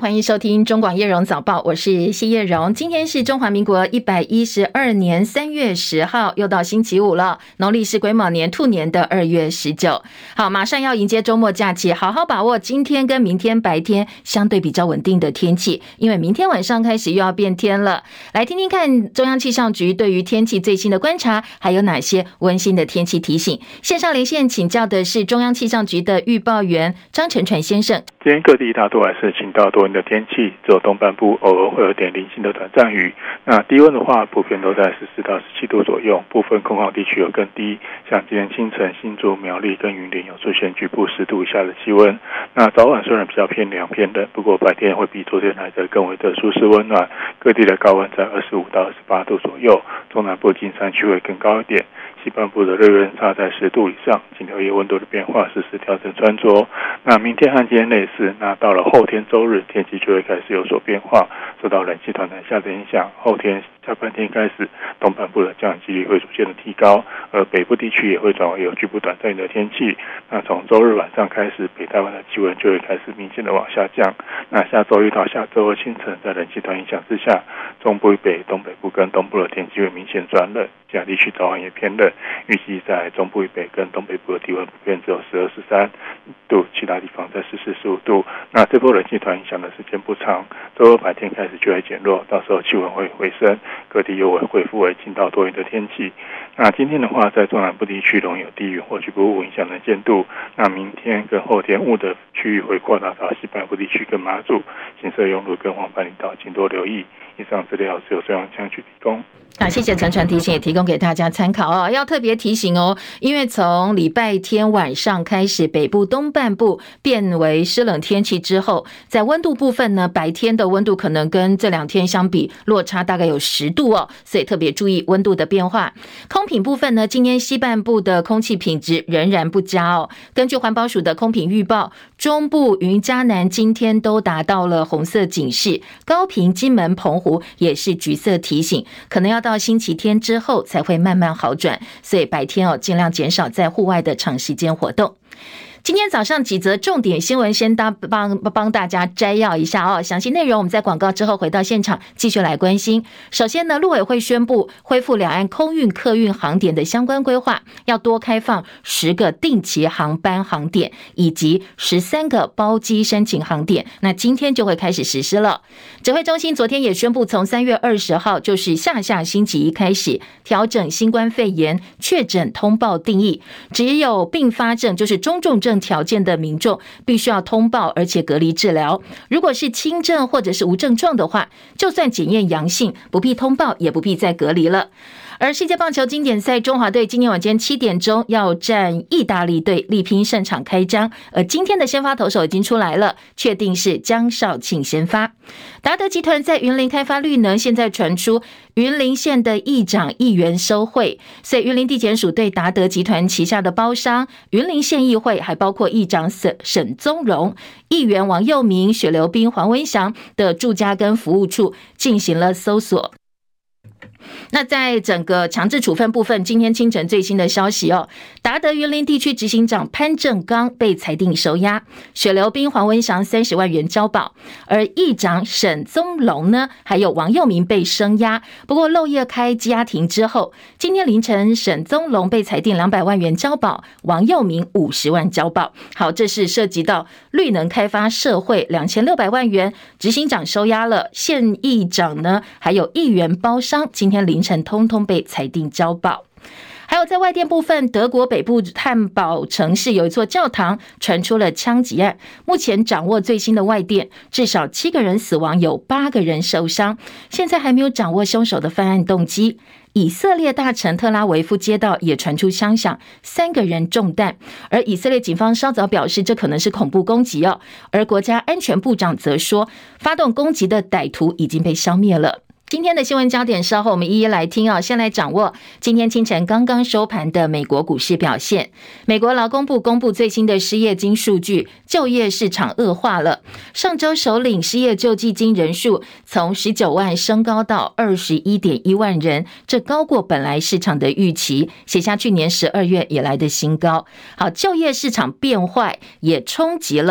欢迎收听中广叶荣早报，我是谢叶荣。今天是中华民国112年3月10号，又到星期五了，农历是癸卯年兔年的2月19。好，马上要迎接周末假期，好好把握今天跟明天白天相对比较稳定的天气，因为明天晚上开始又要变天了。来听听看中央气象局对于天气最新的观察，还有哪些温馨的天气提醒。线上连线请教的是中央气象局的预报员张承传先生。 今天各地大多还是晴到多云的天气，只有东半部偶尔会有点零星的短暂雨。那低温的话，普遍都在14到17度左右，部分空旷地区有更低，像今天清晨新竹、苗栗跟云林有出现局部10度以下的气温。那早晚虽然比较偏凉偏冷，不过白天会比昨天来的更为的舒适温暖，各地的高温在25到28度左右，中南部近山区会更高一点。西半部的热温差在10度以上，请留意温度的变化，适时调整穿着。那明天和今天类似，那到了后天周日，天气就会开始有所变化，受到冷气团南下的影响，后天下半天开始，东半部的降雨几率会逐渐的提高，而北部地区也会转为有局部短暂雨的天气。那从周日晚上开始，北台湾的气温就会开始明显的往下降。那下周一到下周二清晨，在冷气团影响之下，中部以北、东北部跟东部的天气会明显转冷，其他地区早晚也偏冷。预计在中部以北跟东北部的低温普遍只有12、13度，其他地方在14、15度。那这波冷气团影响的时间不长，周二白天开始就会减弱，到时候气温会回升，各地又会恢复为晴到多云的天气。那今天的话，在中南部地区容易有低云或局部雾影响能见度。那明天跟后天雾的区域会扩大到西半部地区跟马祖、金色涌入跟黄斑领导，请多留意。以上资料是由中央气象局提供。 谢谢承传提醒，也提供给大家参考哦。要特别提醒哦，因为从礼拜天晚上开始，北部东半部变为湿冷天气之后，在温度部分呢，白天的温度可能跟这2天相比落差大概有10度哦，所以特别注意温度的变化。空品部分呢，今天西半部的空气品质仍然不佳哦。根据环保署的空品预报，中部、云嘉南今天都达到了红色警示，高屏、金门、澎湖也是橘色提醒，可能要到星期天之后才会慢慢好转，所以白天尽量减少在户外的长时间活动。今天早上几则重点新闻先帮大家摘要一下哦，详细内容我们在广告之后回到现场继续来关心。首先呢，陆委会宣布恢复两岸空运客运航点的相关规划，要多开放10个定期航班航点以及13个包机申请航点，那今天就会开始实施了。指挥中心昨天也宣布，从3月20号就是下星期一开始，调整新冠肺炎确诊通报定义，只有并发症就是中重症条件的民众必须要通报而且隔离治疗，如果是轻症或者是无症状的话，就算检验阳性不必通报也不必再隔离了。而世界棒球经典赛，中华队今天晚间7点钟要战意大利队，力拼胜场开张。而今天的先发投手已经出来了，确定是江少庆先发。达德集团在云林开发绿能，现在传出云林县的议长议员收贿，所以云林地检署对达德集团旗下的包商、云林县议会，还包括议长沈宗荣、议员王佑明、血流斌、黄文祥的住家跟服务处进行了搜索。那在整个强制处分部分，今天清晨最新的消息哦，达德云林地区执行长潘正刚被裁定收押，血流斌、黄文祥30万元交保，而议长沈宗龙呢，还有王佑明被声押。不过漏夜开家庭之后，今天凌晨沈宗龙被裁定200万元交保，王佑明50万交保。好，这是涉及到绿能开发社会2600万元，执行长收押了，县议长呢，还有议员包商，今天凌晨通通被裁定交保。还有在外电部分，德国北部汉堡城市有一座教堂传出了枪击案，目前掌握最新的外电，至少7个人死亡，有8个人受伤，现在还没有掌握凶手的犯案动机。以色列大城特拉维夫街道也传出枪响，3个人中弹，而以色列警方稍早表示这可能是恐怖攻击哦，而国家安全部长则说，发动攻击的歹徒已经被消灭了。今天的新闻焦点稍后我们一一来听啊，先来掌握今天清晨刚刚收盘的美国股市表现。美国劳工部公布最新的失业金数据，就业市场恶化了。上周首领失业救济金人数从19万升高到 21.1 万人，这高过本来市场的预期，写下去年12月以来的新高。好，就业市场变坏也冲击了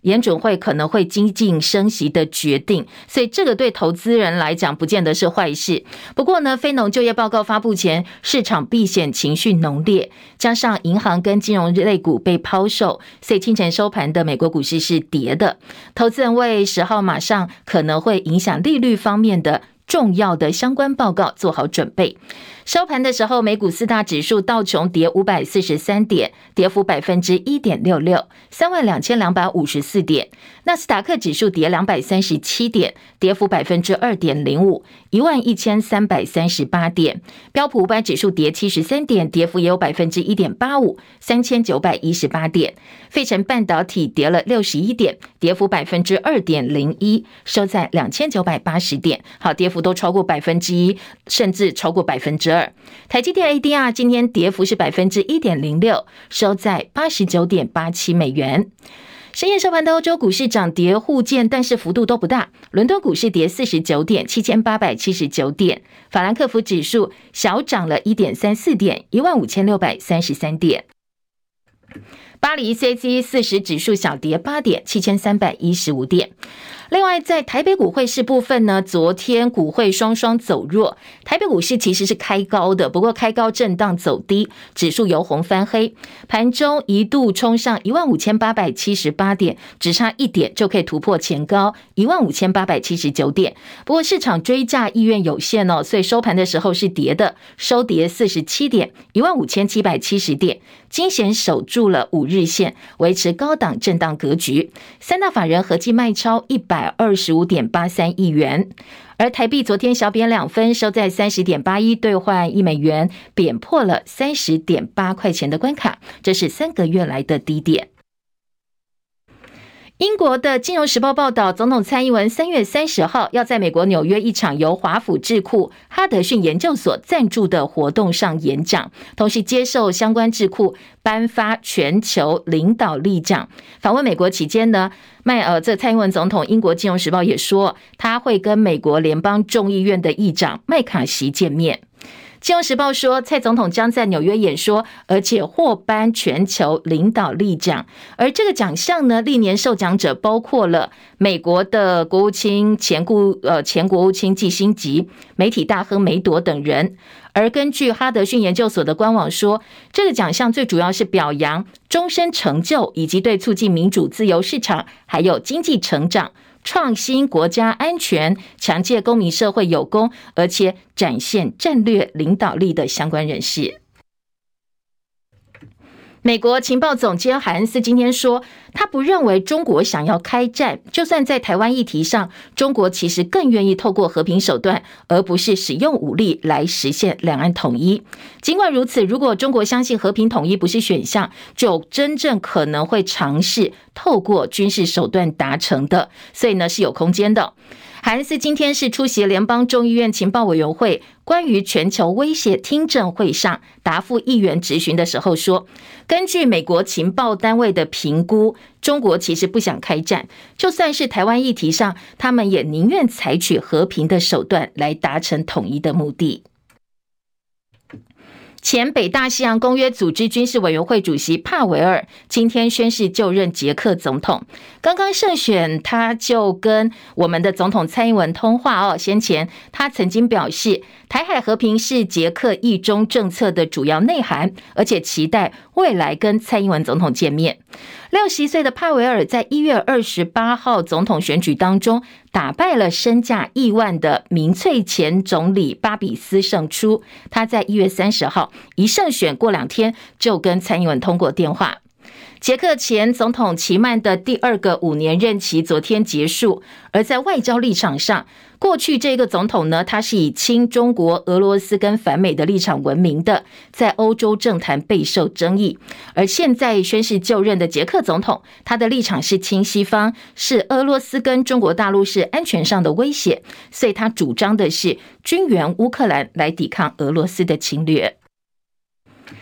联准会可能会激进升息的决定，所以这个对投资人来讲不见得是坏事。不过呢，非农就业报告发布前，市场避险情绪浓烈，加上银行跟金融类股被抛售，所以清晨收盘的美国股市是跌的。投资人为10号马上可能会影响利率方面的重要的相关报告做好准备。收盘的时候，美股4大指数道琼跌543点，跌幅 1.66%， 32,254点；纳斯达克指数跌237点，跌幅 2.05%， 11,338点；标普500指数跌73点，跌幅也有 1.85%， 3,918点；费城半导体跌了61点，跌幅 2.01%， 收在2,980点。好，跌幅都超过 1%， 甚至超过 2%。台积电 ADR 今天跌幅是 1.06%， 收在89.87美元。深夜收盘的欧洲股市涨跌互见，但是幅度都不大。伦敦股市跌49点，7879点；法兰克福指数小涨了 1.34点，15633点。巴黎 CAC 40指数小跌8点，7315点。另外，在台北股汇市部分呢，昨天股汇双双走弱，台北股市其实是开高的，不过开高震荡走低，指数由红翻黑，盘中一度冲上 15,878 点，只差1点就可以突破前高 15,879 点。不过市场追价意愿有限哦，所以收盘的时候是跌的，收跌47点 15,770 点，惊险守住了5日线，维持高档震荡格局。三大法人合计卖超125.83 亿元，而台币昨天小贬2分，收在 30.81 兑换1美元，贬破了 30.8 块钱的关卡，这是3个月来的低点。英国的《金融时报》报道，总统蔡英文3月30号要在美国纽约一场由华府智库哈德逊研究所赞助的活动上演讲，同时接受相关智库颁发全球领导力奖。访问美国期间呢，这蔡英文总统，英国《金融时报》也说，他会跟美国联邦众议院的议长麦卡锡见面。金融时报说，蔡总统将在纽约演说，而且获颁全球领导力奖。而这个奖项呢，历年受奖者包括了美国的国务卿前国务卿季辛吉、媒体大亨梅朵等人。而根据哈德逊研究所的官网说，这个奖项最主要是表扬终身成就，以及对促进民主自由市场还有经济成长、创新、国家安全、强健公民社会有功，而且展现战略领导力的相关人士。美国情报总监海恩斯今天说，他不认为中国想要开战，就算在台湾议题上，中国其实更愿意透过和平手段，而不是使用武力来实现两岸统一。尽管如此，如果中国相信和平统一不是选项，就真正可能会尝试透过军事手段达成的，所以呢是有空间的。海恩斯今天是出席联邦众议院情报委员会关于全球威胁听证会上答复议员质询的时候说，根据美国情报单位的评估，中国其实不想开战，就算是台湾议题上，他们也宁愿采取和平的手段来达成统一的目的。前北大西洋公约组织军事委员会主席帕维尔今天宣誓就任捷克总统，刚刚胜选，他就跟我们的总统蔡英文通话先前他曾经表示，台海和平是捷克一中政策的主要内涵，而且期待未来跟蔡英文总统见面。60岁的帕维尔在1月28号总统选举当中打败了身价亿万的民粹前总理巴比斯胜出，他在1月30号一胜选过2天就跟蔡英文通过电话。捷克前总统齐曼的第2个5年任期昨天结束，而在外交立场上，过去这个总统呢，他是以亲中国、俄罗斯跟反美的立场闻名的，在欧洲政坛备受争议。而现在宣誓就任的捷克总统，他的立场是亲西方，是俄罗斯跟中国大陆是安全上的威胁，所以他主张的是军援乌克兰来抵抗俄罗斯的侵略。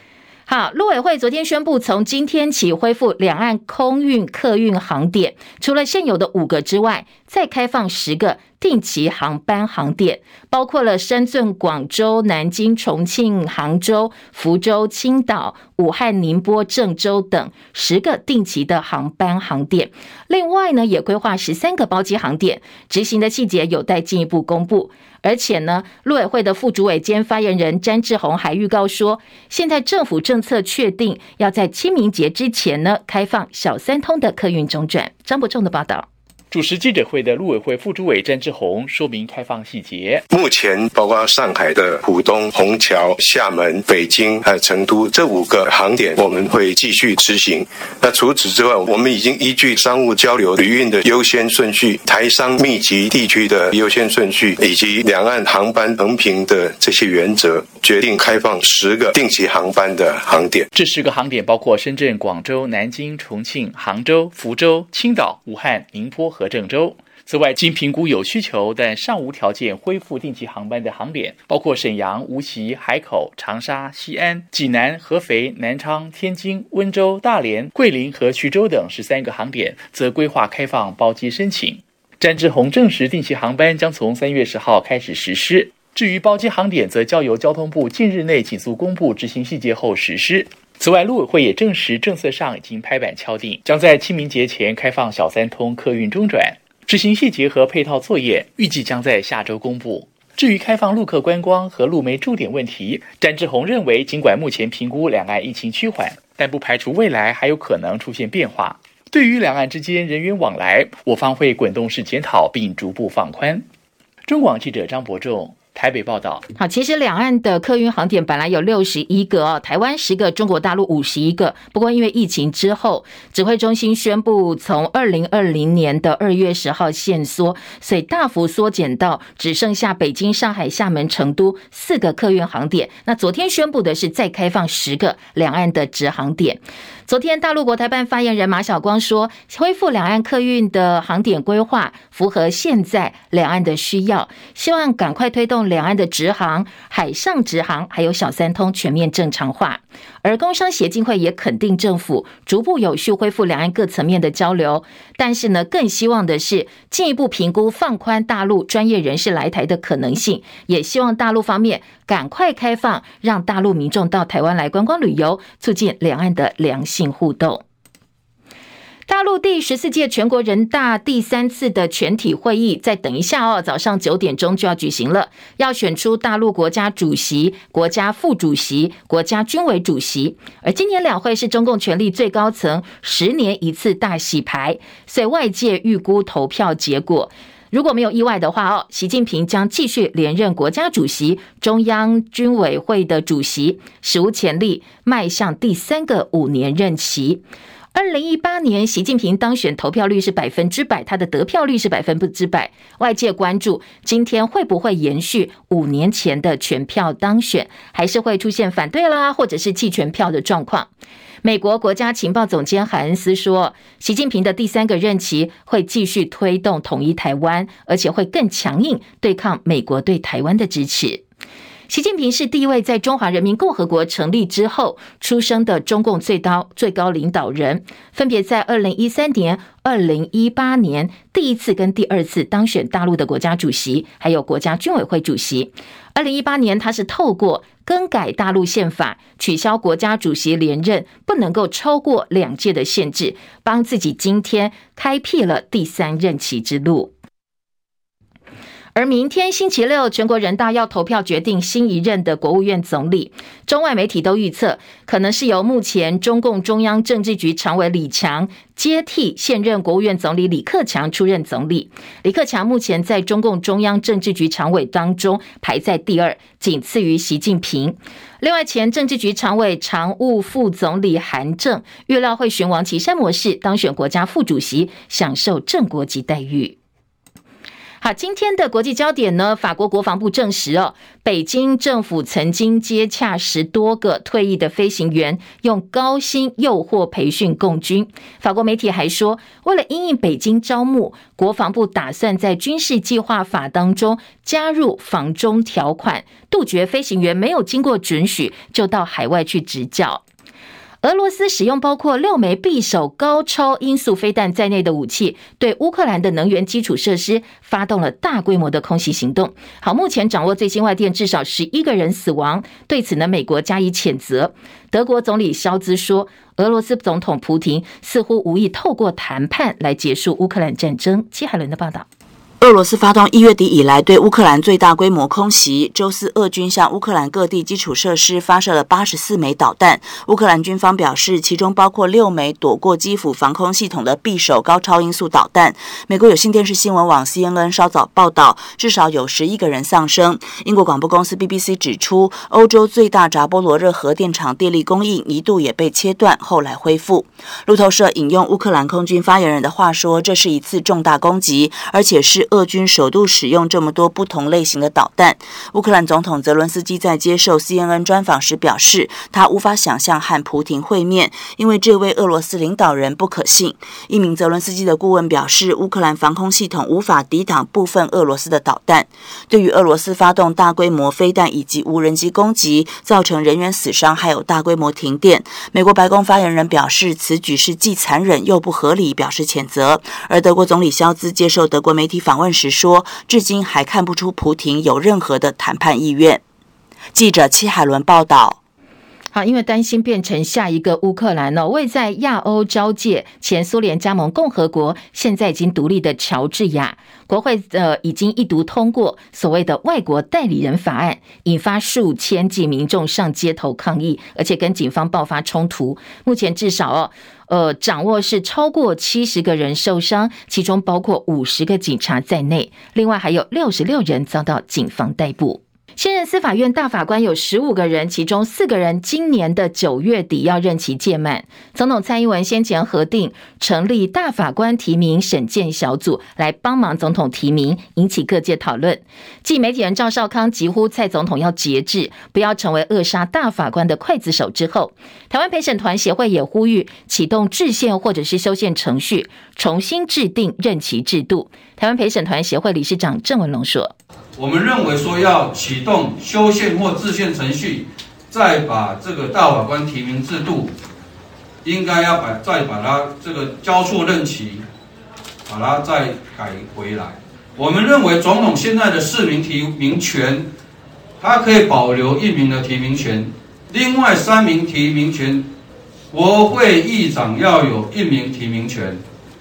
好，陆委会昨天宣布，从今天起恢复两岸空运客运航点，除了现有的5个之外，再开放10个定期航班航点，包括了深圳、广州、南京、重庆、杭州、福州、青岛、武汉、宁波、郑州等10个定期的航班航点。另外呢，也规划13个包机航点，执行的细节有待进一步公布。而且呢，陆委会的副主委兼发言人詹志宏还预告说，现在政府政策确定要在清明节之前呢，开放小三通的客运中转。张伯仲的报道。 主持记者会的陆委会副主委詹志宏说明开放细节。 目前包括上海的浦东、虹桥、厦门、北京还有成都这5个航点，我们会继续执行。那除此之外，我们已经依据商务交流、旅运的优先顺序、台商密集地区的优先顺序，以及两岸航班横平的这些原则，决定开放10个定期航班的航点。 这10个航点包括深圳、广州、南京、重庆、杭州、福州、青岛、武汉、宁波和郑州。此外，经评估有需求但尚无条件恢复定期航班的航点，包括沈阳、无锡、海口、长沙、西安、济南、合肥、南昌、天津、温州、大连、桂林和徐州等13个航点，则规划开放包机申请。詹志宏证实，定期航班将从3月10号开始实施。至于包机航点，则交由交通部近日内紧速公布执行细节后实施。此外，陆委会也证实，政策上已经拍板敲定，将在清明节前开放小三通客运中转，执行细节和配套作业预计将在下周公布。至于开放陆客观光和陆媒驻点问题，詹志宏认为，尽管目前评估两岸疫情趋缓，但不排除未来还有可能出现变化。对于两岸之间人员往来，我方会滚动式检讨并逐步放宽。中广记者张伯仲台北报道。 好，其实两岸的客运航点本来有61个哦，台湾10个，中国大陆51个。不过因为疫情之后，指挥中心宣布从2020年的2月10号限缩，所以大幅缩减到只剩下北京、上海、厦门、成都4个客运航点。那昨天宣布的是再开放10个两岸的直航点。昨天大陆国台办发言人马晓光说，恢复两岸客运的航点规划符合现在两岸的需要，希望赶快推动两岸的直航、海上直航还有小三通全面正常化。而工商协进会也肯定政府逐步有序恢复两岸各层面的交流，但是呢，更希望的是进一步评估放宽大陆专业人士来台的可能性，也希望大陆方面赶快开放，让大陆民众到台湾来观光旅游，促进两岸的良性互动。大陆第14届全国人大第3次的全体会议，再等一下哦，早上9点钟就要举行了，要选出大陆国家主席、国家副主席、国家军委主席。而今年两会是中共权力最高层10年一次大洗牌，所以外界预估投票结果，如果没有意外的话习近平将继续连任国家主席、中央军委会的主席，史无前例迈向第3个5年任期。2018年习近平当选投票率是100%，他的得票率是100%，外界关注今天会不会延续5年前的全票当选，还是会出现反对啦，或者是弃权票的状况。美国国家情报总监海恩斯说，习近平的第3个任期会继续推动统一台湾，而且会更强硬对抗美国对台湾的支持。习近平是第一位在中华人民共和国成立之后出生的中共最高领导人，分别在2013年、2018年第1次跟第2次当选大陆的国家主席，还有国家军委会主席。2018年，他是透过更改大陆宪法，取消国家主席连任不能够超过2届的限制，帮自己今天开辟了第3任期之路。而明天星期六，全国人大要投票决定新一任的国务院总理。中外媒体都预测，可能是由目前中共中央政治局常委李强接替现任国务院总理李克强出任总理。李克强目前在中共中央政治局常委当中排在第2，仅次于习近平。另外，前政治局常委常务副总理韩正预料会循王岐山模式当选国家副主席，享受正国级待遇。好，今天的国际焦点呢，法国国防部证实北京政府曾经接洽10多个退役的飞行员，用高薪诱惑培训共军。法国媒体还说，为了因应北京招募，国防部打算在军事计划法当中加入防中条款，杜绝飞行员没有经过准许就到海外去执教。 俄罗斯使用包括6枚匕首高超音速飞弹在内的武器，对乌克兰的能源基础设施发动了大规模的空袭行动。好，目前掌握最新外电，至少11个人死亡。对此呢，美国加以谴责。德国总理肖兹说，俄罗斯总统普亭似乎无意透过谈判来结束乌克兰战争。戚海伦的报道。 俄罗斯发动1月底以来对乌克兰最大规模空袭，周四俄军向乌克兰各地基础设施发射了84枚导弹。乌克兰军方表示，其中包括6枚躲过基辅防空系统的匕首高超音速导弹。美国有线电视新闻网 CNN 稍早报道，至少有11个人丧生。英国广播公司 BBC 指出，欧洲最大扎波罗热核电厂电力供应一度也被切断，后来恢复。路透社引用乌克兰空军发言人的话说，这是一次重大攻击，而且是俄军首度使用这么多不同类型的导弹。乌克兰总统泽伦斯基在接受 CNN 专访时表示，他无法想象和普亭会面，因为这位俄罗斯领导人不可信。一名泽伦斯基的顾问表示，乌克兰防空系统无法抵挡部分俄罗斯的导弹。对于俄罗斯发动大规模飞弹以及无人机攻击，造成人员死伤还有大规模停电，美国白宫发言人表示，此举是既残忍又不合理，表示谴责。而德国总理肖兹接受德国媒体访问时说，至今还看不出普亭有任何的谈判意愿。记者戚海伦报道。 好，因为担心变成下一个乌克兰位在亚欧交界、前苏联加盟共和国，现在已经独立的乔治亚国会已经一读通过所谓的外国代理人法案，引发数千计民众上街头抗议，而且跟警方爆发冲突。目前至少掌握是超过70个人受伤，其中包括50个警察在内，另外还有66人遭到警方逮捕。现任司法院大法官有15个人，其中4个人今年的9月底要任期届满。总统蔡英文先前核定成立大法官提名审荐小组来帮忙总统提名，引起各界讨论。继媒体人赵少康疾呼蔡总统要节制，不要成为扼杀大法官的刽子手之后，台湾陪审团协会也呼吁启动制宪或者是修宪程序，重新制定任期制度。台湾陪审团协会理事长郑文龙说， 我们认为说要启动修宪或制宪程序，再把这个大法官提名制度，应该要再把它这个交错任期，把它再改回来。我们认为总统现在的4名提名权，他可以保留1名的提名权，另外3名提名权，国会议长要有1名提名权。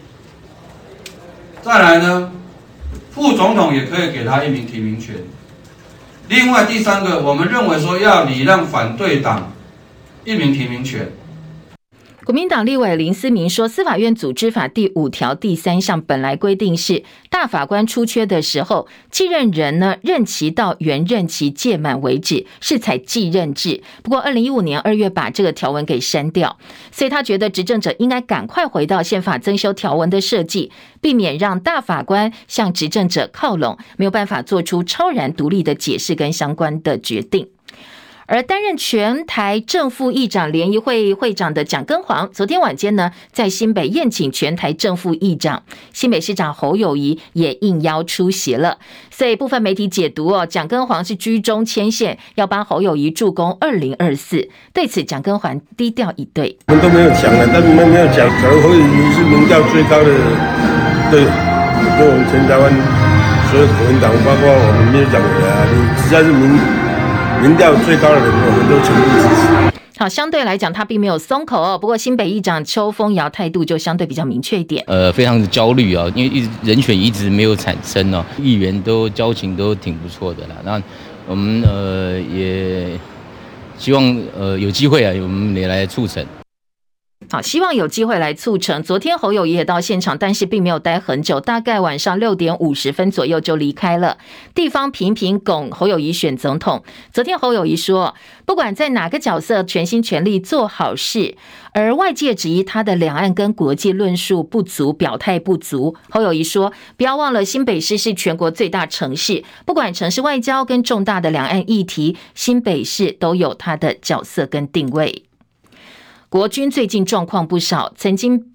再来呢，副总统也可以给他1名提名权。另外第3个，我们认为说要礼让反对党1名提名权。 国民党立委林思明说，司法院组织法第5条第3项本来规定是大法官出缺的时候，继任人呢任期到原任期届满为止，是采继任制。不过2015年2月把这个条文给删掉，所以他觉得执政者应该赶快回到宪法增修条文的设计，避免让大法官向执政者靠拢，没有办法做出超然独立的解释跟相关的决定。而担任全台正副议长联谊会会长的蒋根煌，昨天晚间呢，在新北宴请全台正副议长，新北市长侯友宜也应邀出席了。所以部分媒体解读蒋根煌是居中牵线，要帮侯友宜助攻2024。对此，蒋根煌低调以对： 我们都没有讲了，但你们没有讲，可能侯友宜是民调最高的，对我们全台湾所有国民党，包括我们民进党你只要是民调最高的人，我们都全力支持。 好，相对来讲，他并没有松口不过新北议长邱风尧态度就相对比较明确一点。 非常的焦虑因为人选一直没有产生议员都交情都挺不错的啦。那我们也希望有机会我们也来促成。 好，希望有机会来促成。昨天侯友宜也到现场，但是并没有待很久，大概晚上6点50分左右就离开了。地方频频拱侯友宜选总统。昨天侯友宜说，不管在哪个角色，全心全力做好事。而外界质疑他的两岸跟国际论述不足，表态不足。侯友宜说，不要忘了新北市是全国最大城市，不管城市外交跟重大的两岸议题，新北市都有它的角色跟定位。国军最近状况不少，曾经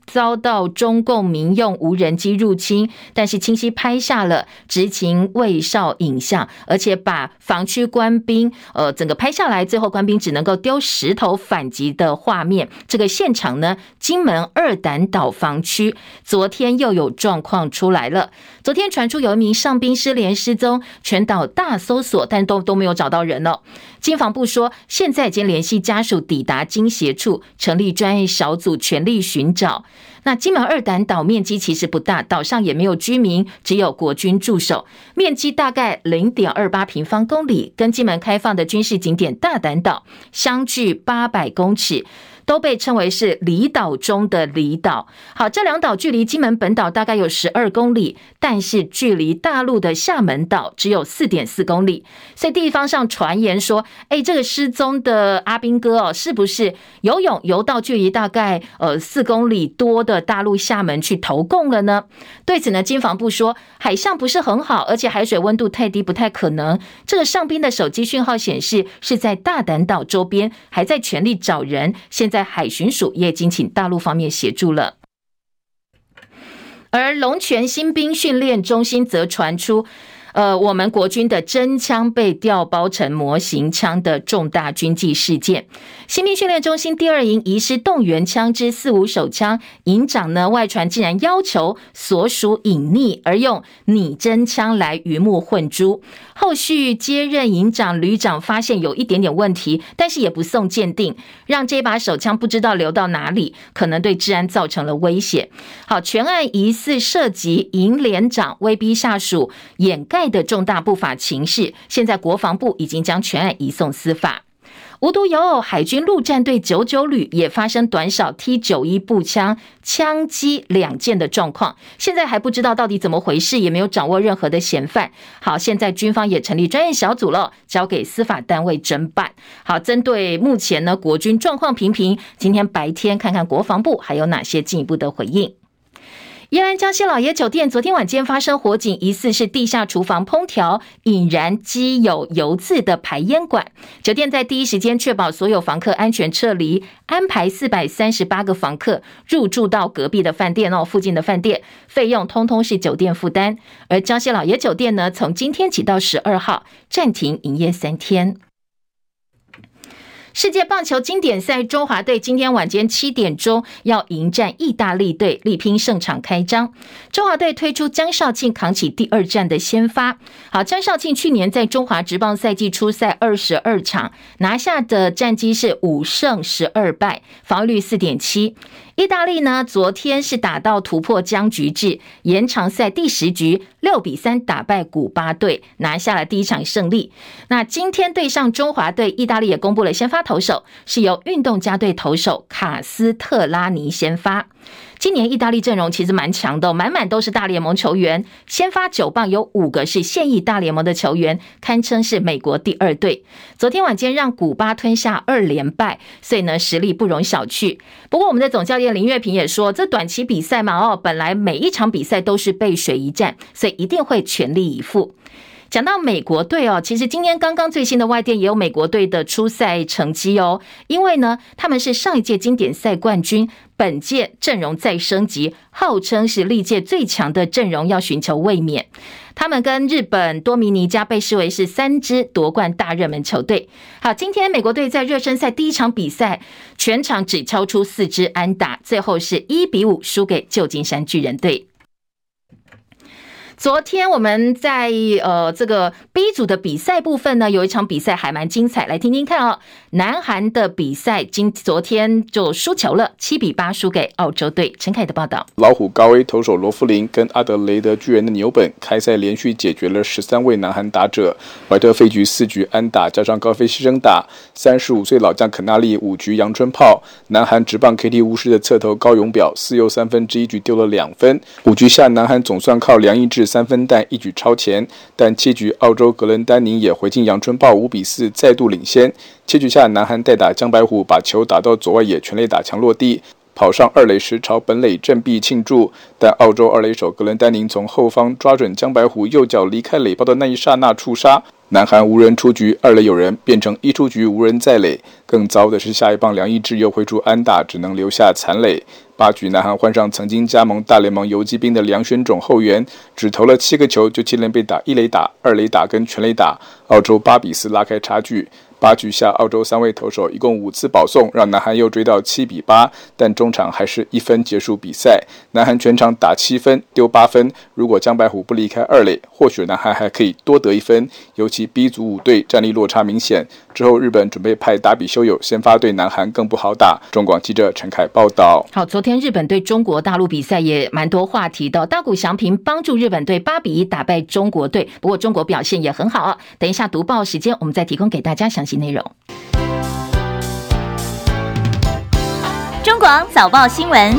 遭到中共民用无人机入侵，但是清晰拍下了执勤卫哨影像，而且把防区官兵整个拍下来，最后官兵只能够丢石头反击的画面。这个现场呢，金门二胆岛防区昨天又有状况出来了。昨天传出有一名上兵失联失踪，全岛大搜索，但都没有找到人哦。经防部说，现在已经联系家属抵达经协处，成立专业小组，全力寻找。那金门二胆岛面积其实不大，岛上也没有居民，只有国军驻守，面积大概 0.28 平方公里，跟金门开放的军事景点大胆岛相距800公尺，都被称为是离岛中的离岛。好，这两岛距离金门本岛大概有12公里，但是距离大陆的厦门岛只有 4.4 公里。所以地方上传言说，这个失踪的阿兵哥是不是游泳游到距离大概4公里多的大陆厦门去投共了呢？对此呢，经防部说，海象不是很好，而且海水温度太低，不太可能。这个上兵的手机讯号显示是在大胆岛周边，还在全力找人。现在海巡署也已经请大陆方面协助了。而龙泉新兵训练中心则传出我们国军的真枪被调包成模型枪的重大军纪事件。新兵训练中心第2营遗失动员枪支4-5手枪，营长呢外传竟然要求所属隐匿，而用拟真枪来鱼目混珠。后续接任营长旅长发现有一点点问题，但是也不送鉴定，让这把手枪不知道流到哪里，可能对治安造成了威胁。好，全案疑似涉及营连长威逼下属掩盖的重大不法情事，现在国防部已经将全案移送司法。无独有偶，海军陆战队99旅也发生短小 T91 步枪枪击2件的状况，现在还不知道到底怎么回事，也没有掌握任何的嫌犯。好，现在军方也成立专业小组了，交给司法单位侦办。好，针对目前呢国军状况频频，今天白天看看国防部还有哪些进一步的回应。宜兰江西老爷酒店昨天晚间发生火警，疑似是地下厨房烹调引燃积有油渍的排烟管。酒店在第一时间确保所有房客安全撤离，安排438个房客入住到隔壁的饭店附近的饭店，费用通通是酒店负担。而江西老爷酒店呢，从今天起到12号暂停营业3天。世界棒球经典赛，中华队今天晚间7点钟要迎战意大利队，力拼胜场开张。中华队推出江少庆扛起第2战的先发。好，江少庆去年在中华职棒赛季初赛22场，拿下的战绩是5胜12败，防御率 4.7。意大利呢，昨天是打到突破僵局制，延长赛第10局6-3打败古巴队，拿下了第1场胜利。那今天对上中华队，意大利也公布了先发投手，是由运动家队投手卡斯特拉尼先发。今年意大利阵容其实蛮强的，满满都是大联盟球员，先发9棒有5个是现役大联盟的球员，堪称是美国第2队。昨天晚间让古巴吞下2连败，所以呢实力不容小觑。不过我们的总教练林岳平也说，这短期比赛嘛，本来每一场比赛都是背水一战，所以一定会全力以赴。讲到美国队其实今天刚刚最新的外电也有美国队的出赛成绩因为呢他们是上一届经典赛冠军，本届阵容再升级，号称是历届最强的阵容，要寻求卫冕。他们跟日本、多米尼加被视为是3支夺冠大热门球队。好，今天美国队在热身赛第1场比赛，全场只敲出4支安打，最后是1-5输给旧金山巨人队。昨天我们在这个 B 组的比赛部分呢，有一场比赛还蛮精彩，来听听看南韩的比赛昨天就输球了，7-8输给澳洲队。陈凯的报道。 老虎高 A 投手罗弗林跟阿德雷德巨人的牛本开赛连续解决了13位南韩打者，怀特废局4局安打加上高飞牺牲打，35岁老将肯纳利5局阳春炮，南韩职棒 KT 巫师的侧投高永表4又3分之1局丢了2分，5局下南韩总算靠梁义志3分弹1举超前，但7局澳洲格伦丹宁也回敬阳春炮5-4再度领先。7局下南韩代打江白虎把球打到左外野全垒打墙落地，跑上2垒时朝本垒振臂庆祝，但澳洲2垒手格伦丹宁从后方抓准江白虎右脚离开垒包的那一刹那触杀，南韩无人出局，2垒有人变成1出局无人在垒。更糟的是下一棒梁义志又挥出安打，只能留下残垒。 8局南韩换上曾经加盟大联盟游击兵的梁选种后援，只投了7个球就接连被打1垒打、2垒打跟全垒打，澳洲8-4拉开差距。8局下，澳洲3位投手一共5次保送，让南韩又追到7-8，但中场还是1分结束比赛。南韩全场打7分，丢8分。如果江白虎不离开2垒，或许南韩还可以多得1分。尤其 B 组5队战力落差明显。之后日本准备派达比修有先发对南韩更不好打。中广记者陈凯报道。 好，昨天日本对中国大陆比赛也蛮多话题的，大谷翔平帮助日本队8-1打败中国队，不过中国表现也很好啊。等一下读报时间，我们再提供给大家详细内容。 中广早报新闻。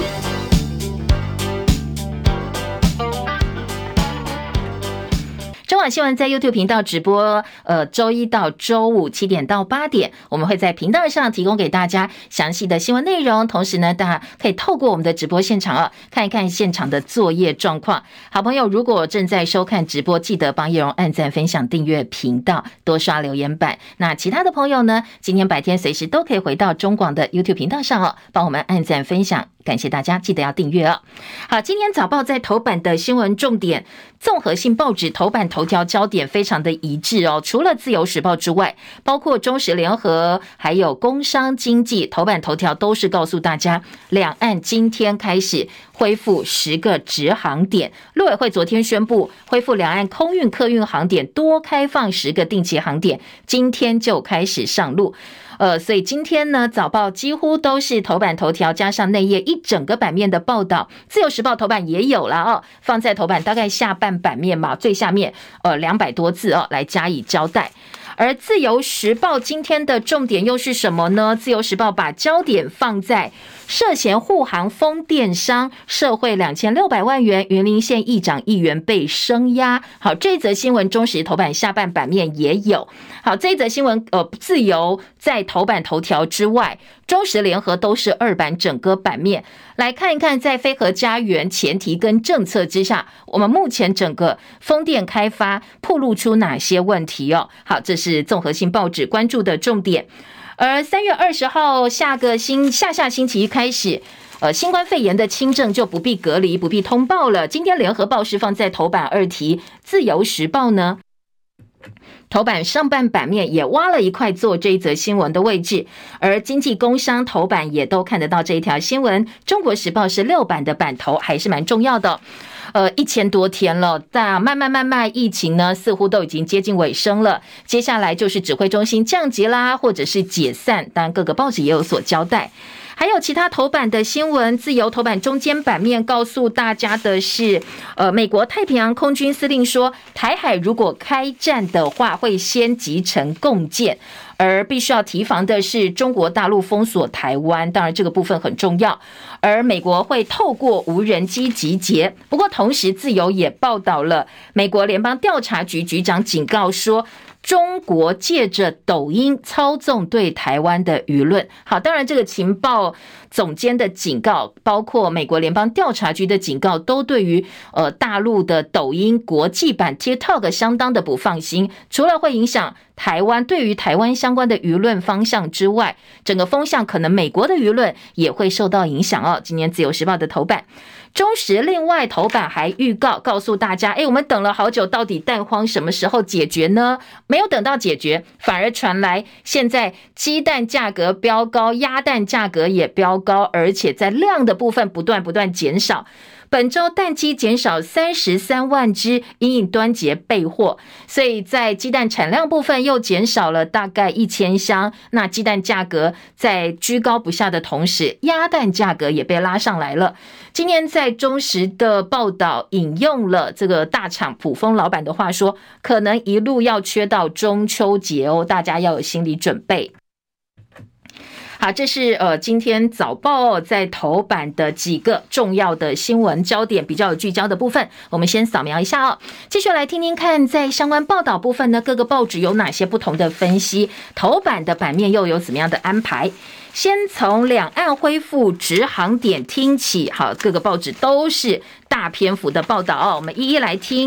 中广新闻在 YouTube 频道直播，周一到周五7点到8点，我们会在频道上提供给大家详细的新闻内容。同时呢，大家可以透过我们的直播现场看一看现场的作业状况。好朋友，如果正在收看直播，记得帮叶蓉按赞、分享、订阅频道，多刷留言板。那其他的朋友呢，今天白天随时都可以回到中广的 YouTube 频道上帮我们按赞分享。感谢大家，记得要订阅哦。好，今天早报在头版的新闻重点，综合性报纸头版头条焦点非常的一致哦。除了自由时报之外，包括中时联合还有工商经济头版头条都是告诉大家，两岸今天开始恢复10个直航点。陆委会昨天宣布恢复两岸空运客运航点，多开放10个定期航点，今天就开始上路。所以今天呢，早报几乎都是头版头条加上内页一整个版面的报道。自由时报头版也有了放在头版大概下半版面嘛，最下面200多字来加以交代。而自由时报今天的重点又是什么呢？自由时报把焦点放在涉嫌护航风电商受贿2600万元，云林县议长议员被声押。好，这则新闻中时头版下半版面也有。好，这则新闻自由在头版头条之外，中时联合都是2版整个版面。来看一看，在非核家园前提跟政策之下，我们目前整个风电开发暴露出哪些问题好，这是综合性报纸关注的重点。而3月20号下星期一开始，新冠肺炎的轻症就不必隔离、不必通报了。今天联合报是放在头版2题，自由时报呢，头版上半版面也挖了一块做这一则新闻的位置，而经济工商头版也都看得到这一条新闻。中国时报是6版的版头，还是蛮重要的。1000多天了，但慢慢疫情呢似乎都已经接近尾声了。接下来就是指挥中心降级啦，或者是解散，当然各个报纸也有所交代。还有其他头版的新闻，自由头版中间版面告诉大家的是，美国太平洋空军司令说，台海如果开战的话，会先集成共建。而必须要提防的是中国大陆封锁台湾，当然这个部分很重要，而美国会透过无人机集结。不过同时自由也报道了美国联邦调查局局长警告说，中国借着抖音操纵对台湾的舆论。好，当然这个情报总监的警告，包括美国联邦调查局的警告，都对于大陆的抖音国际版 TikTok 相当的不放心。除了会影响台湾对于台湾相关的舆论方向之外，整个风向可能美国的舆论也会受到影响今年自由时报的头版。中时另外头版还预告诉大家，我们等了好久，到底蛋荒什么时候解决呢？没有等到解决，反而传来现在鸡蛋价格飙高，鸭蛋价格也飙高，而且在量的部分不断减少。本周蛋鸡减少33万只，因应端节备货，所以在鸡蛋产量部分又减少了大概1000箱。那鸡蛋价格在居高不下的同时，鸭蛋价格也被拉上来了。今天在中时的报道引用了这个大厂普丰老板的话说，可能一路要缺到中秋节大家要有心理准备。好，这是今天早报在头版的几个重要的新闻焦点，比较有聚焦的部分，我们先扫描一下继续来听听看，在相关报道部分呢，各个报纸有哪些不同的分析，头版的版面又有怎么样的安排。先从两岸恢复直航点听起，好，各个报纸都是大篇幅的报道我们一一来听。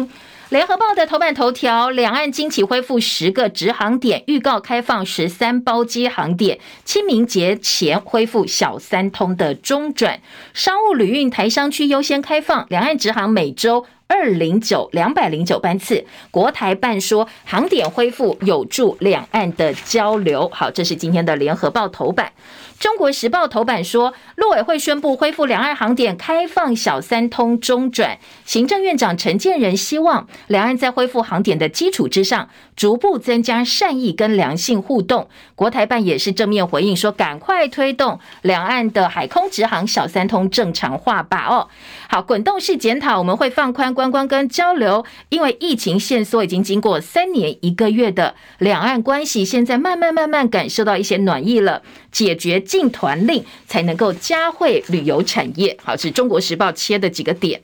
联合报的头版头条，两岸经期恢复10个直航点，预告开放13包机航点，清明节前恢复小三通的中转，商务旅运台商区优先开放，两岸直航每周209班次，国台办说航点恢复有助两岸的交流。好，这是今天的联合报头版。中国时报头版说，陆委会宣布恢复两岸航点开放小三通中转，行政院长陈建仁希望两岸在恢复航点的基础之上，逐步增加善意跟良性互动。国台办也是正面回应说，赶快推动两岸的海空直航小三通正常化吧。好，滚动式检讨，我们会放宽观光跟交流，因为疫情限缩已经经过3年1个月的两岸关系，现在慢慢感受到一些暖意了，解决禁团令才能够加惠旅游产业。好，是中国时报切的几个点。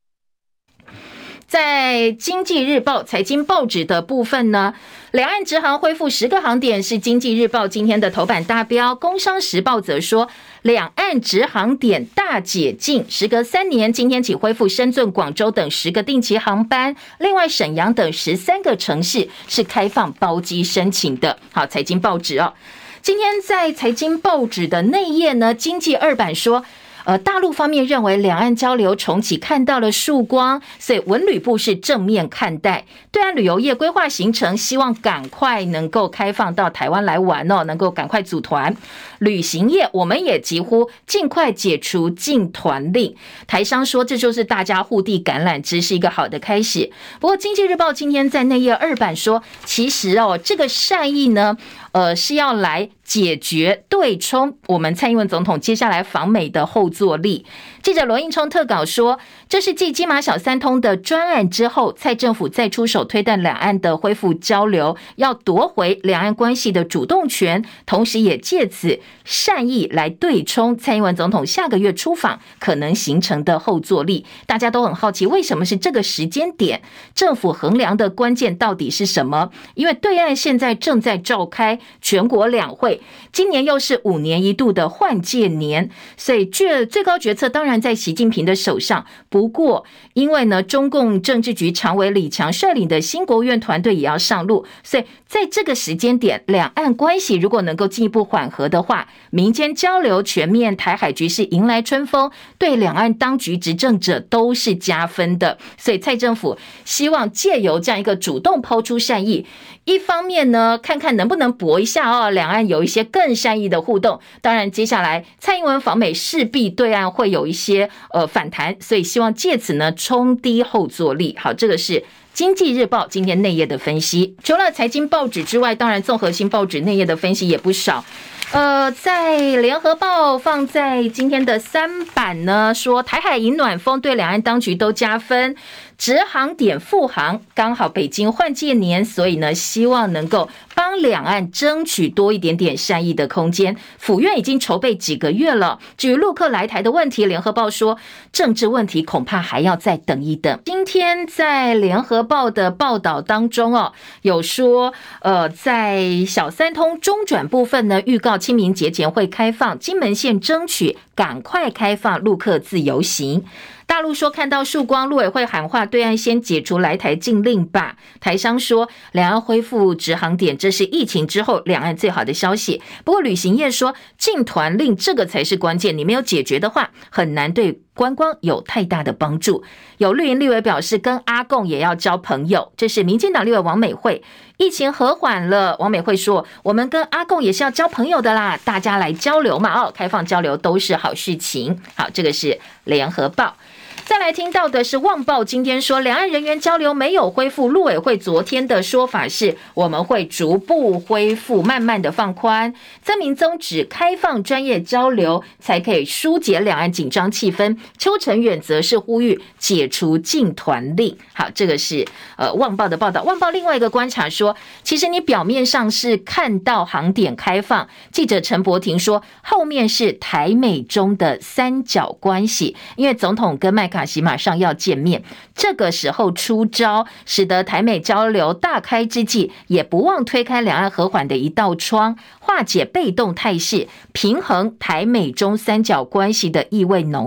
在经济日报财经报纸的部分呢，两岸直航恢复10个航点是经济日报今天的头版大标。工商时报则说，两岸直航点大解禁，时隔3年，今天起恢复深圳、广州等10个定期航班，另外沈阳等13个城市是开放包机申请的。好，财经报纸今天在财经报纸的内页呢，经济2版说，大陆方面认为两岸交流重启看到了曙光，所以文旅部是正面看待。对岸旅游业规划行程，希望赶快能够开放到台湾来玩能够赶快组团。旅行业我们也几乎尽快解除禁团令。台商说这就是大家互递橄榄枝，是一个好的开始。不过经济日报今天在内页2版说，其实这个善意呢，是要来解决对冲我们蔡英文总统接下来访美的后坐力。记者罗应冲特稿说，这是继金马小三通的专案之后，蔡政府再出手推动两岸的恢复交流，要夺回两岸关系的主动权，同时也借此善意来对冲蔡英文总统下个月出访可能形成的后坐力。大家都很好奇，为什么是这个时间点？政府衡量的关键到底是什么？因为对岸现在正在召开全国两会，今年又是5年一度的换届年，所以最高决策当然在习近平的手上。不过因为呢，中共政治局常委李强率领的新国务院团队也要上路，所以在这个时间点，两岸关系如果能够进一步缓和的话，民间交流全面，台海局势迎来春风，对两岸当局执政者都是加分的。所以蔡政府希望借由这样一个主动抛出善意，一方面呢，看看能不能搏一下两岸有一些更善意的互动。当然接下来蔡英文访美势必对岸会有一些反弹，所以希望借此呢冲低后坐力。好，这个是经济日报今天内页的分析。除了财经报纸之外，当然综合性报纸内页的分析也不少。在联合报放在今天的3版呢，说台海迎暖风对两岸当局都加分，直航点复航，刚好北京换届年，所以呢希望能够帮两岸争取多一点点善意的空间。府院已经筹备几个月了。至于陆客来台的问题，联合报说政治问题恐怕还要再等一等。今天在联合报的报道当中有说在小三通中转部分呢，预告清明节前会开放，金门县争取赶快开放陆客自由行。大陆说看到曙光，陆委会喊话对岸先解除来台禁令吧。台商说两岸恢复直航点，这是疫情之后两岸最好的消息。不过旅行业说禁团令这个才是关键，你没有解决的话，很难对观光有太大的帮助。有绿营立委表示跟阿共也要交朋友，这是民进党立委王美惠。疫情和缓了，王美惠说我们跟阿共也是要交朋友的啦，大家来交流嘛，开放交流都是好事情。好，这个是联合报。再来听到的是旺报今天说，两岸人员交流没有恢复，陆委会昨天的说法是我们会逐步恢复，慢慢的放宽。曾明宗指开放专业交流才可以疏解两岸紧张气氛，邱成远则是呼吁解除禁团令。好，这个是旺报的报道。旺报另外一个观察说，其实你表面上是看到航点开放，记者陈柏廷说后面是台美中的三角关系，因为总统跟麦卡锡马上要见面，这个时候出招，使得台美交流大开之际，也不忘推开两岸和缓的一道窗，化解被动态势，平衡台美中三角关系的意味浓厚。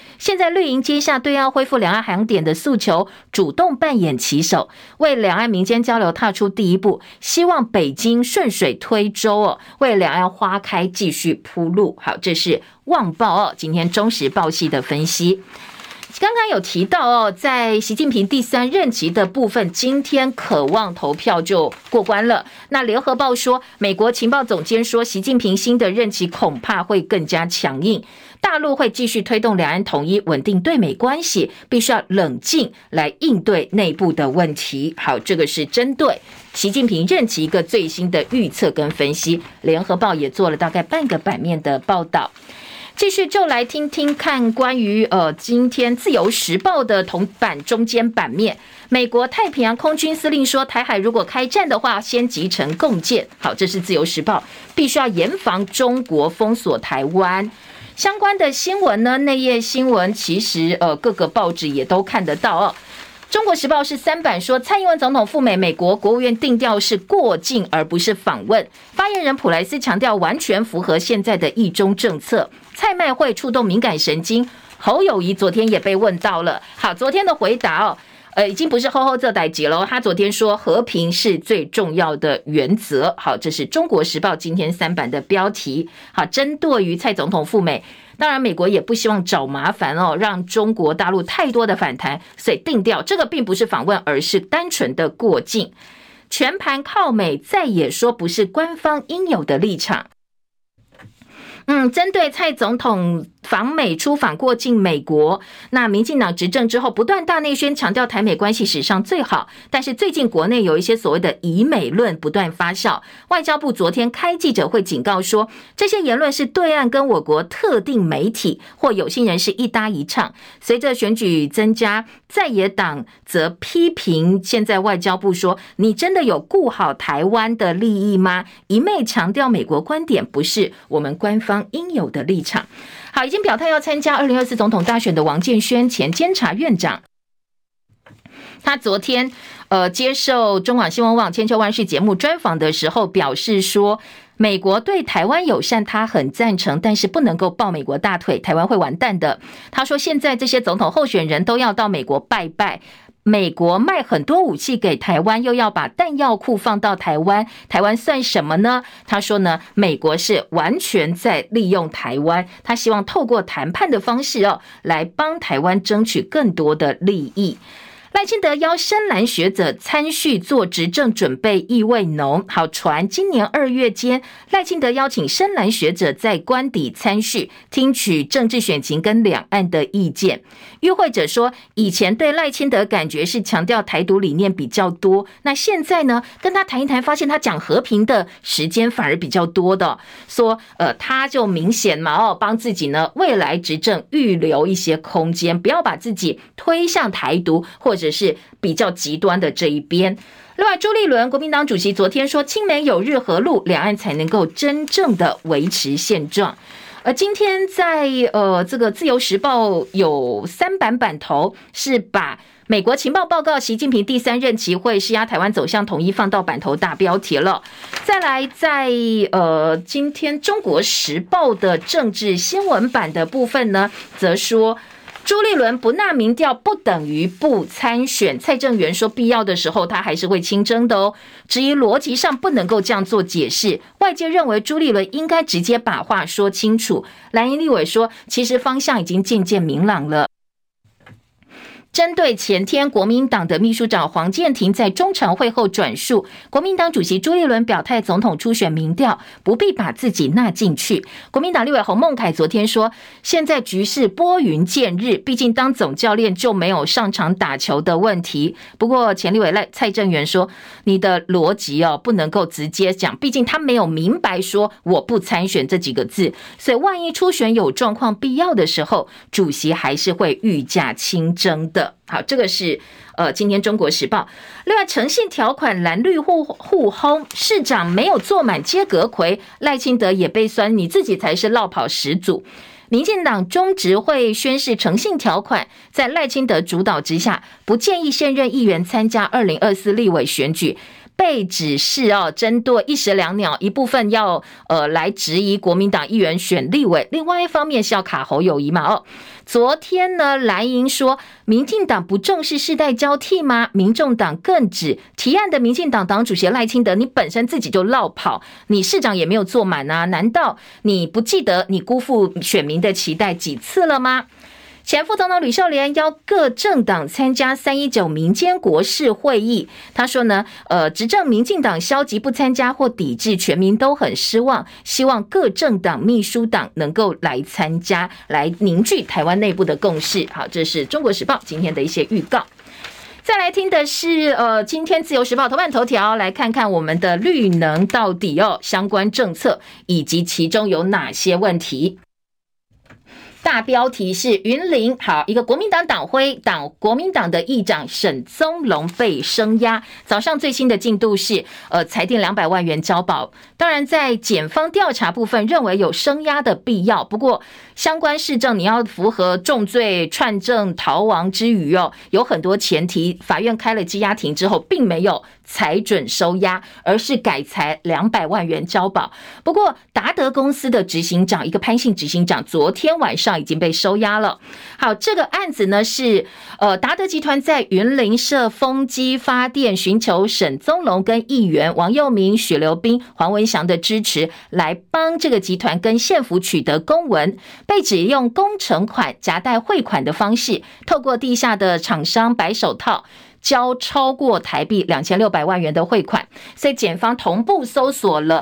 现在绿营接下对要恢复两岸航点的诉求，主动扮演旗手，为两岸民间交流踏出第一步，希望北京顺水推舟为两岸花开继续铺路。好，这是旺报今天中时报系的分析。刚刚有提到在习近平第3任期的部分，今天渴望投票就过关了。那联合报说，美国情报总监说，习近平新的任期恐怕会更加强硬，大陆会继续推动两岸统一、稳定对美关系，必须要冷静来应对内部的问题。好，这个是针对习近平任期一个最新的预测跟分析，联合报也做了大概半个版面的报道。继续就来听听看关于今天自由时报的铜版中间版面，美国太平洋空军司令说，台海如果开战的话，先集成共建。好，这是自由时报，必须要严防中国封锁台湾。相关的新闻呢，内页新闻其实各个报纸也都看得到中国时报是3版说，蔡英文总统赴美国国务院定调是过境而不是访问。发言人普莱斯强调，完全符合现在的一中政策。蔡麦会触动敏感神经，侯友宜昨天也被问到了。好，昨天的回答已经不是厚厚这代级了。他昨天说，和平是最重要的原则。好，这是中国时报今天3版的标题。好，针对于蔡总统赴美，当然美国也不希望找麻烦让中国大陆太多的反弹，所以定调这个并不是访问，而是单纯的过境。全盘靠美，再也说不是官方应有的立场。针对蔡总统访美出访过境美国，那民进党执政之后不断大内宣强调台美关系史上最好，但是最近国内有一些所谓的以美论不断发酵。外交部昨天开记者会警告说，这些言论是对岸跟我国特定媒体或有心人士一搭一唱。随着选举增加，在野党则批评现在外交部说，你真的有顾好台湾的利益吗？一昧强调美国观点不是我们官方应有的立场。好，已经表态要参加2024总统大选的王建煊前监察院长，他昨天接受中广新闻网千秋万世节目专访的时候表示说，美国对台湾友善他很赞成，但是不能够抱美国大腿，台湾会完蛋的。他说现在这些总统候选人都要到美国拜拜，美国卖很多武器给台湾，又要把弹药库放到台湾，台湾算什么呢？他说呢，美国是完全在利用台湾，他希望透过谈判的方式来帮台湾争取更多的利益。赖清德邀深蓝学者参叙做执政准备意味浓。好，传今年2月间，赖清德邀请深蓝学者在官邸参叙，听取政治选情跟两岸的意见。与会者说，以前对赖清德感觉是强调台独理念比较多，那现在呢，跟他谈一谈，发现他讲和平的时间反而比较多的，说他就明显嘛帮自己呢未来执政预留一些空间，不要把自己推向台独或者是比较极端的这一边。另外，朱立伦国民党主席昨天说，亲美友日和路，两岸才能够真正的维持现状。今天在这个自由时报有3版版头是把美国情报报告习近平第3任期会施压台湾走向统一放到版头大标题了。再来在今天中国时报的政治新闻版的部分呢，则说朱立伦不纳民调不等于不参选，蔡正元说必要的时候他还是会亲征的质疑逻辑上不能够这样做解释。外界认为朱立伦应该直接把话说清楚。蓝营立委说，其实方向已经渐渐明朗了。针对前天国民党的秘书长黄健庭在中常会后转述，国民党主席朱立伦表态总统初选民调不必把自己纳进去。国民党立委洪孟凯昨天说，现在局势拨云见日，毕竟当总教练就没有上场打球的问题。不过前立委蔡正元说，你的逻辑不能够直接讲，毕竟他没有明白说我不参选这几个字，所以万一初选有状况必要的时候，主席还是会御驾亲征的。好，这个是今天中国时报。另外，诚信条款蓝绿互轰，市长没有坐满接阁揆，赖清德也被酸，你自己才是落跑始祖。民进党中执会宣示诚信条款，在赖清德主导之下，不建议现任议员参加2024立委选举， 被指是针对一石两鸟，一部分要来质疑国民党议员选立委，另外一方面是要卡侯友宜嘛。昨天呢，蓝营说民进党不重视世代交替吗？民众党更指提案的民进党党主席赖清德，你本身自己就落跑，你市长也没有做满啊，难道你不记得你辜负选民的期待几次了吗？前副总统吕秀莲邀各政党参加319民间国事会议，他说呢，执政民进党消极不参加或抵制，全民都很失望，希望各政党秘书党能够来参加，来凝聚台湾内部的共识。好，这是中国时报今天的一些预告。再来听的是今天自由时报头版头条，来看看我们的绿能到底相关政策以及其中有哪些问题。大标题是云林，好，一个国民党党徽国民党的议长沈宗龙被声押，早上最新的进度是裁定200万元交保。当然在检方调查部分认为有声押的必要，不过相关事证你要符合重罪串证逃亡之余有很多前提，法院开了羁押庭之后并没有裁准收押，而是改裁200万元交保。不过达德公司的执行长，一个潘姓执行长，昨天晚上已经被收押了。好，这个案子呢是达德集团在云林设风机发电，寻求沈宗龙跟议员王佑明、许留彬、黄文祥的支持，来帮这个集团跟县府取得公文，被指用工程款夹带汇款的方式，透过地下的厂商白手套交超过台币2600万元的汇款，所以检方同步搜索了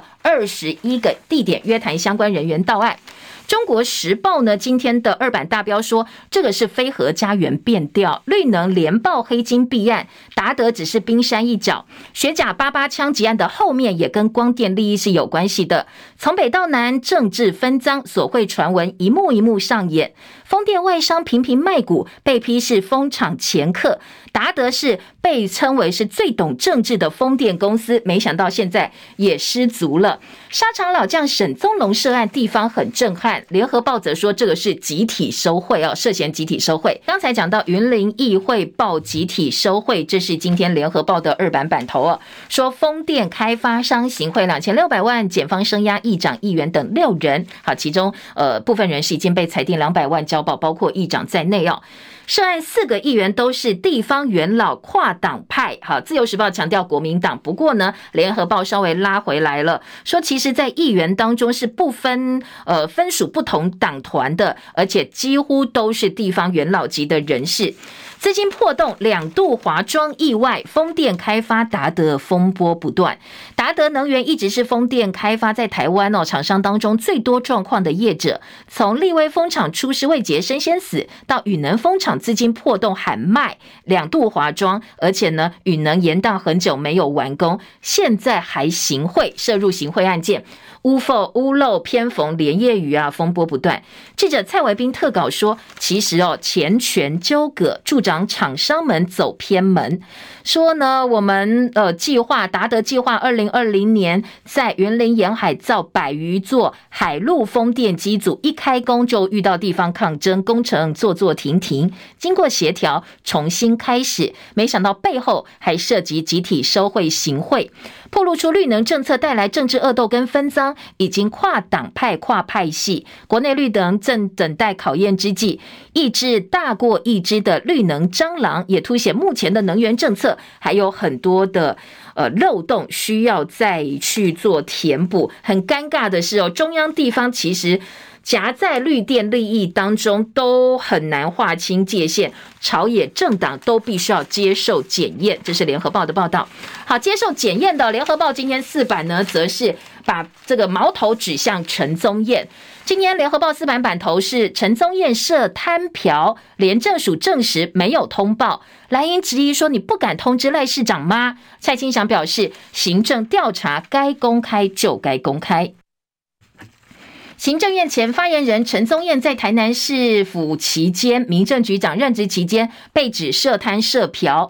21个地点，约谈相关人员到案。中国时报呢今天的2版大标说，这个是非核家园变调，绿能连爆黑金弊案，达德只是冰山一角，学甲88枪击案的后面也跟光电利益是有关系的，从北到南政治分赃，索贿传闻一幕一幕上演，风电外商频频卖股，被批是风场掮客，达德是被称为是最懂政治的风电公司，没想到现在也失足了。沙场老将沈宗龙涉案，地方很震撼，联合报则说这个是集体收贿涉嫌集体收贿。刚才讲到云林议会报集体收贿，这是今天联合报的2版版头说风电开发商行贿2600万，检方声押议长、议员等6人。好，其中部分人士已经被裁定200万交保，包括议长在内涉案4个议员都是地方元老跨党派。好，自由时报强调国民党，不过呢联合报稍微拉回来了，说其实在议员当中是不分分属不同党团的，而且几乎都是地方元老级的人士。资金破洞，2度华庄意外，风电开发达德风波不断。达德能源一直是风电开发在台湾厂商当中最多状况的业者，从立威风场出师未捷身先死，到宇能风场资金破洞喊卖，2度华庄，而且呢宇能延宕很久没有完工，现在还行贿，涉入行贿案件。屋漏偏逢连夜雨风波不断。记者蔡维斌特稿说，其实钱权纠葛助长厂商们走偏门，说呢我们达德计划2020年在云林沿海造100余座海陆风电机组，一开工就遇到地方抗争，工程坐停，经过协调重新开始，没想到背后还涉及集体收贿行贿，暴露出绿能政策带来政治恶斗跟分赃，已经跨党派跨派系，国内绿能正等待考验之际，意志大过一只的绿能蟑螂，也凸显目前的能源政策还有很多的漏洞需要再去做填补。很尴尬的是中央地方其实夹在绿电利益当中都很难划清界限，朝野政党都必须要接受检验，这是联合报的报道。好，接受检验的联合报今天4版呢，则是把这个矛头指向陈宗彦。今天联合报4版版头是陈宗彦涉贪嫖，廉政署证实没有通报，蓝营质疑说你不敢通知赖市长吗？蔡清祥表示，行政调查该公开就该公开。行政院前发言人陈宗彦在台南市府期间，民政局长任职期间被指涉贪涉嫖。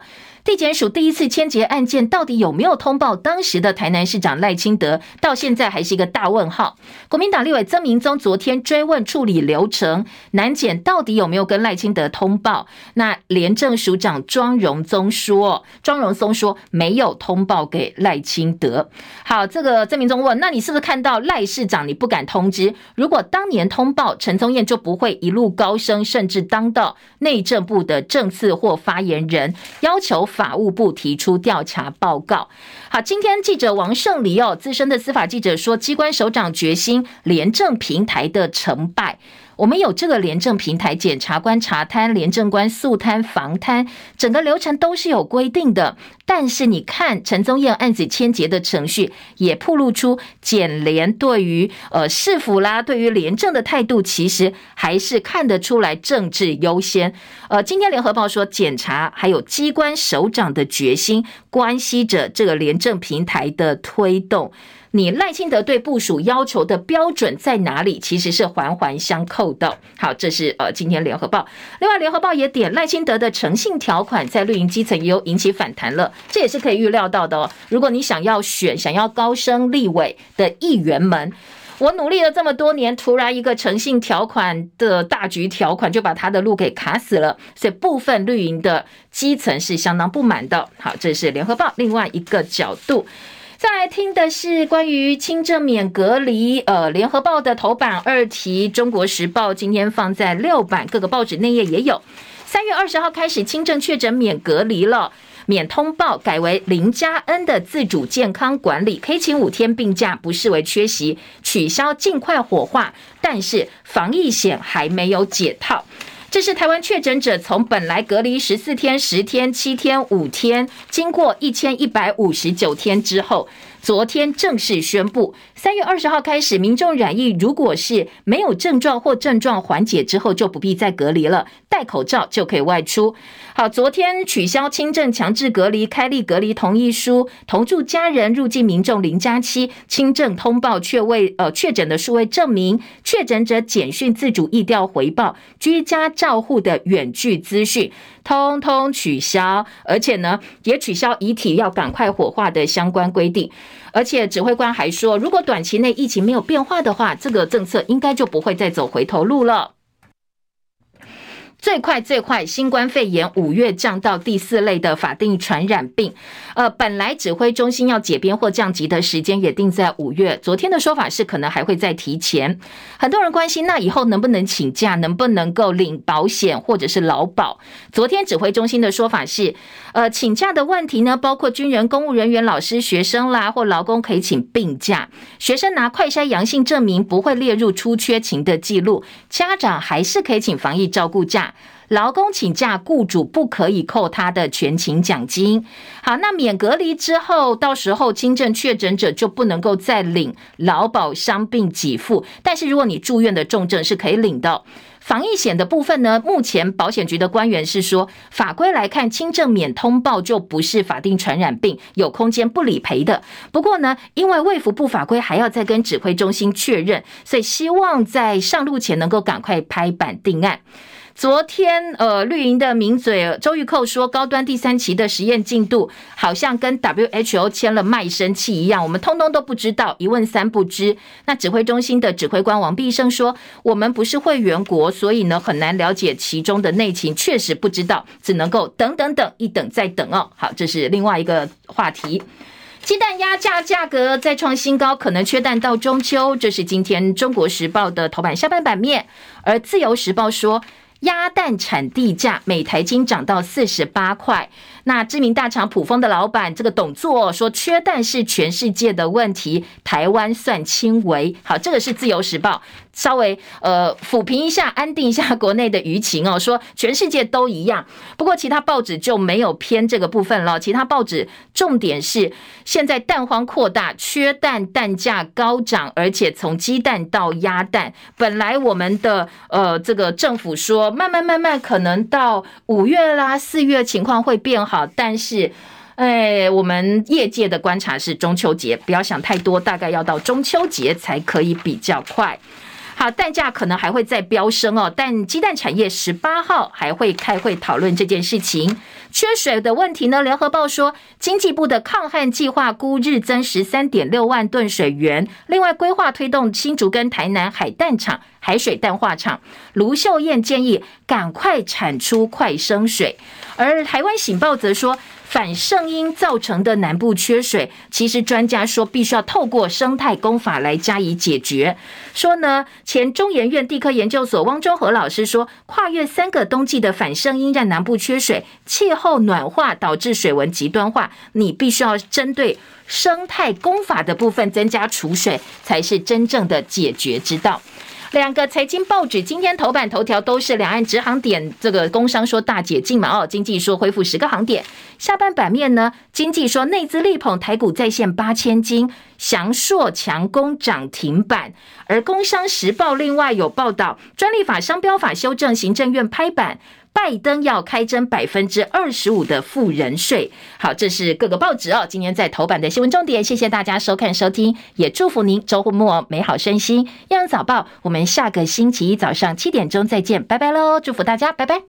地检署第一次签结案件到底有没有通报当时的台南市长赖清德，到现在还是一个大问号。国民党立委曾明宗昨天追问处理流程，南检到底有没有跟赖清德通报？那廉政署长庄荣松说没有通报给赖清德。好，这个曾明宗问，那你是不是看到赖市长你不敢通知？如果当年通报，陈宗彦就不会一路高升，甚至当到内政部的政次或发言人，要求法务部提出调查报告。好，今天记者王胜黎资深的司法记者说，机关首长决心廉政平台的成败。我们有这个廉政平台，检察官查摊，廉政官肃摊防摊，整个流程都是有规定的。但是你看陈宗彦案子签结的程序，也暴露出检廉对于市府啦，对于廉政的态度，其实还是看得出来政治优先。今天联合报说，检察还有机关首长的决心，关系着这个廉政平台的推动。你赖清德对部署要求的标准在哪里？其实是环环相扣的。好，这是今天联合报。另外，联合报也点赖清德的诚信条款在绿营基层也有引起反弹了，这也是可以预料到的哦。如果你想要高升立委的议员们，我努力了这么多年，突然一个诚信条款的大局条款就把他的路给卡死了，所以部分绿营的基层是相当不满的。好，这是联合报另外一个角度。再来听的是关于轻症免隔离，联合报的头版2题，中国时报今天放在6版，各个报纸内页也有。3月20号开始轻症确诊免隔离了，免通报改为0+N 的自主健康管理，可以请5天病假，不视为缺席，取消尽快火化，但是防疫险还没有解套。这是台湾确诊者从本来隔离14天、10天、7天、5天，经过1159天之后，昨天正式宣布，3月20号开始，民众染疫如果是没有症状或症状缓解之后，就不必再隔离了，戴口罩就可以外出。好，昨天取消轻症强制隔离、开立隔离同意书，同住家人入境民众0+7，轻症通报确诊的数位证明，确诊者简讯自主疫调回报，居家照护的远距资讯，通通取消，而且呢，也取消遗体要赶快火化的相关规定。而且指挥官还说，如果短期内疫情没有变化的话，这个政策应该就不会再走回头路了。最快，新冠肺炎5月降到第4类的法定传染病。本来指挥中心要解编或降级的时间也定在5月，昨天的说法是可能还会再提前。很多人关心，那以后能不能请假，能不能够领保险或者是劳保？昨天指挥中心的说法是，请假的问题呢，包括军人、公务人员、老师、学生啦，或劳工可以请病假。学生拿快筛阳性证明不会列入出缺勤的记录，家长还是可以请防疫照顾假。劳工请假，雇主不可以扣他的全勤奖金。好，那免隔离之后，到时候轻症确诊者就不能够再领劳保伤病给付，但是如果你住院的重症是可以领的。防疫险的部分呢，目前保险局的官员是说，法规来看，轻症免通报就不是法定传染病，有空间不理赔的。不过呢，因为卫福部法规还要再跟指挥中心确认，所以希望在上路前能够赶快拍板定案。昨天绿营的名嘴周玉蔻说，高端第3期的实验进度好像跟 WHO 签了卖身契一样，我们通通都不知道，一问三不知。那指挥中心的指挥官王必胜说，我们不是会员国，所以呢很难了解其中的内情，确实不知道，只能够等，一等再等哦。好，这是另外一个话题。鸡蛋鸭价格再创新高，可能缺蛋到中秋，这是今天中国时报的头版下半版面。而自由时报说，鸭蛋产地价每台斤涨到48块。那知名大厂普丰的老板这个董座说，缺蛋是全世界的问题，台湾算轻微。好，这个是自由时报稍微抚平一下，安定一下国内的舆情哦，说全世界都一样。不过其他报纸就没有偏这个部分了，其他报纸重点是现在蛋荒扩大，缺蛋，蛋价高涨，而且从鸡蛋到鸭蛋，本来我们的这个政府说慢慢可能到5月啦4月情况会变好，但是我们业界的观察是中秋节，不要想太多，大概要到中秋节才可以比较快。好， 好，蛋价可能还会再飙升哦，但鸡蛋产业18号还会开会讨论这件事情。缺水的问题呢，联合报说，经济部的抗旱计划估日增13.6万吨水源，另外规划推动新竹跟台南海蛋厂、海水淡化厂。卢秀燕建议赶快产出快生水，而台湾醒报则说，反圣婴造成的南部缺水，其实专家说必须要透过生态工法来加以解决。说呢，前中研院地科研究所汪中和老师说，跨越3个冬季的反圣婴让南部缺水，气候暖化导致水文极端化，你必须要针对生态工法的部分增加储水，才是真正的解决之道。2个财经报纸今天头版头条都是两岸直航点，这个工商说大解禁嘛，经济说恢复10个航点。下半版面呢，经济说内资力捧台股再现8000金，祥硕强攻涨停板。而工商时报另外有报道，专利法商标法修正，行政院拍板，拜登要开征25%的富人税。好，这是各个报纸今天在头版的新闻重点。谢谢大家收看收听，也祝福您周末美好身心。央早报，我们下个星期一早上7点钟再见，拜拜喽！祝福大家，拜拜。